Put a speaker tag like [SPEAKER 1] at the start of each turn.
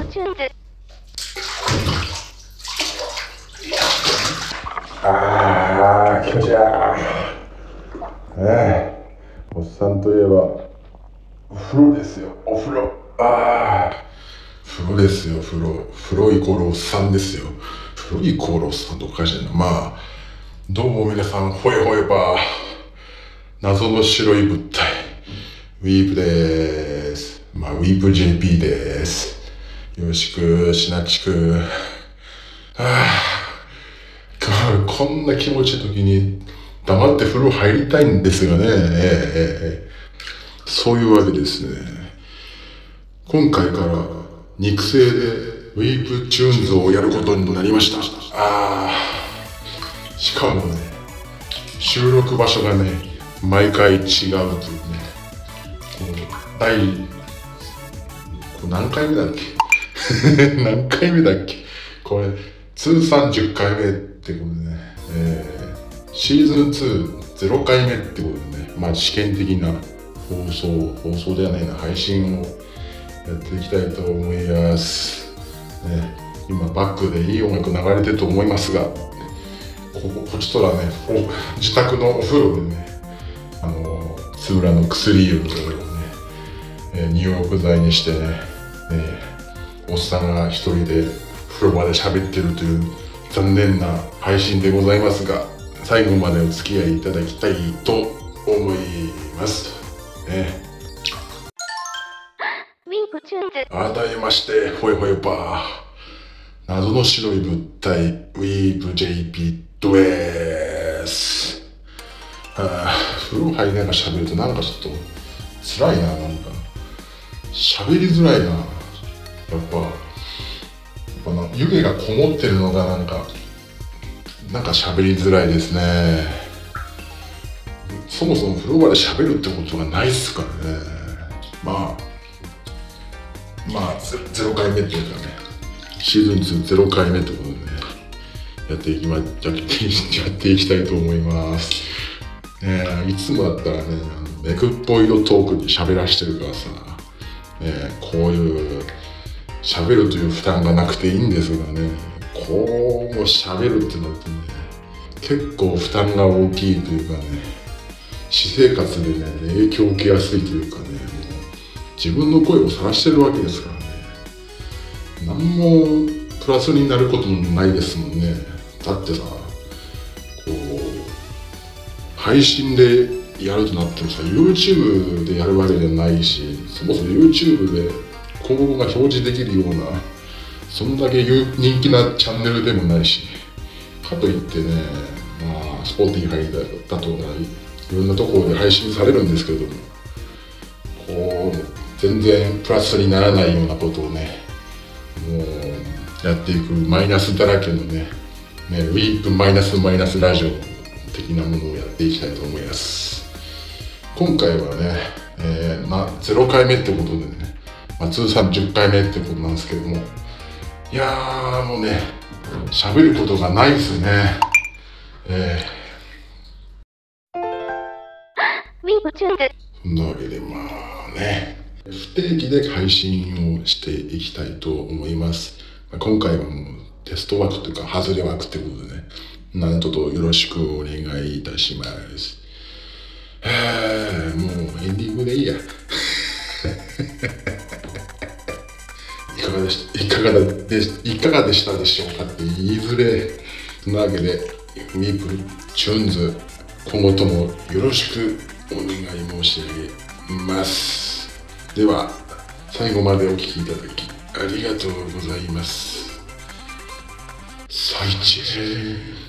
[SPEAKER 1] チューンズ。
[SPEAKER 2] 気持ちいいな。おっさんといえばお風呂ですよ。お風呂。風呂ですよ。風呂イコールおっさんですよ。風呂イコールおっさんとおかしいな。まあどうも皆さん、ほえほえば謎の白い物体ウィープでーす。ウィープ JP でーす。よろしくしなっちく。こんな気持ちいい時に黙って風呂入りたいんですがね。そういうわけですね。今回から肉声でウィープチューンズをやることになりました。しかもね、収録場所がね、毎回違うというね。何回目だっけ何回目だっけこれ、通算10回目ってことでね。シーズン2、0回目ってことでね。試験的な放送ではないな、配信をやっていきたいと思います。今、バックでいい音楽流れてると思いますが、こちとらね、自宅のお風呂でね、つぶらの薬湯をね、入浴剤にしてね、おっさんが一人で風呂場で喋ってるという残念な配信でございますが、最後までお付き合いいただきたいと思います。改めまして、ほえほえばー。謎の白い物体、ウィープ JP ドエース。風呂入りながら喋るとなんかちょっと辛いな、喋りづらいな。やっぱ湯気がこもってるのがなんか喋りづらいですね。そもそも風呂場で喋るってことがないっすからね。0回目っていうかね、シーズン2 0回目ってことでね、やっていきたいと思います。いつもだったらね、ネクっぽいのトークに喋らしてるからさ、こういう喋るという負担がなくていいんですがね、こうも喋るってなるとね、結構負担が大きいというかね、私生活でね、影響を受けやすいというかね、自分の声を晒してるわけですからね、何もプラスになることもないですもんね。だってさ、配信でやるとなってもさ、YouTube でやるわけじゃないし、そもそも YouTube で広告が表示できるような、そんだけ人気なチャンネルでもないし、かといってね、Spotify だとか、いろんなところで配信されるんですけれども、全然プラスにならないようなことをね、もうやっていくマイナスだらけのね、ウィープマイナスラジオ的なものをやっていきたいと思います。今回はね、0回目ってことでね、通算10回目ってことなんですけども、いやーもうね、喋ることがないですね。そんなわけで不定期で配信をしていきたいと思います。今回はもうテスト枠というか外れ枠ってことでね、何卒よろしくお願いいたします。もうエンディングでいいや。いかがでしたでしょうかって言いづれ。そんなわけで、ウィープチューンズ、今後ともよろしくお願い申し上げます。では、最後までお聞きいただきありがとうございます。最中。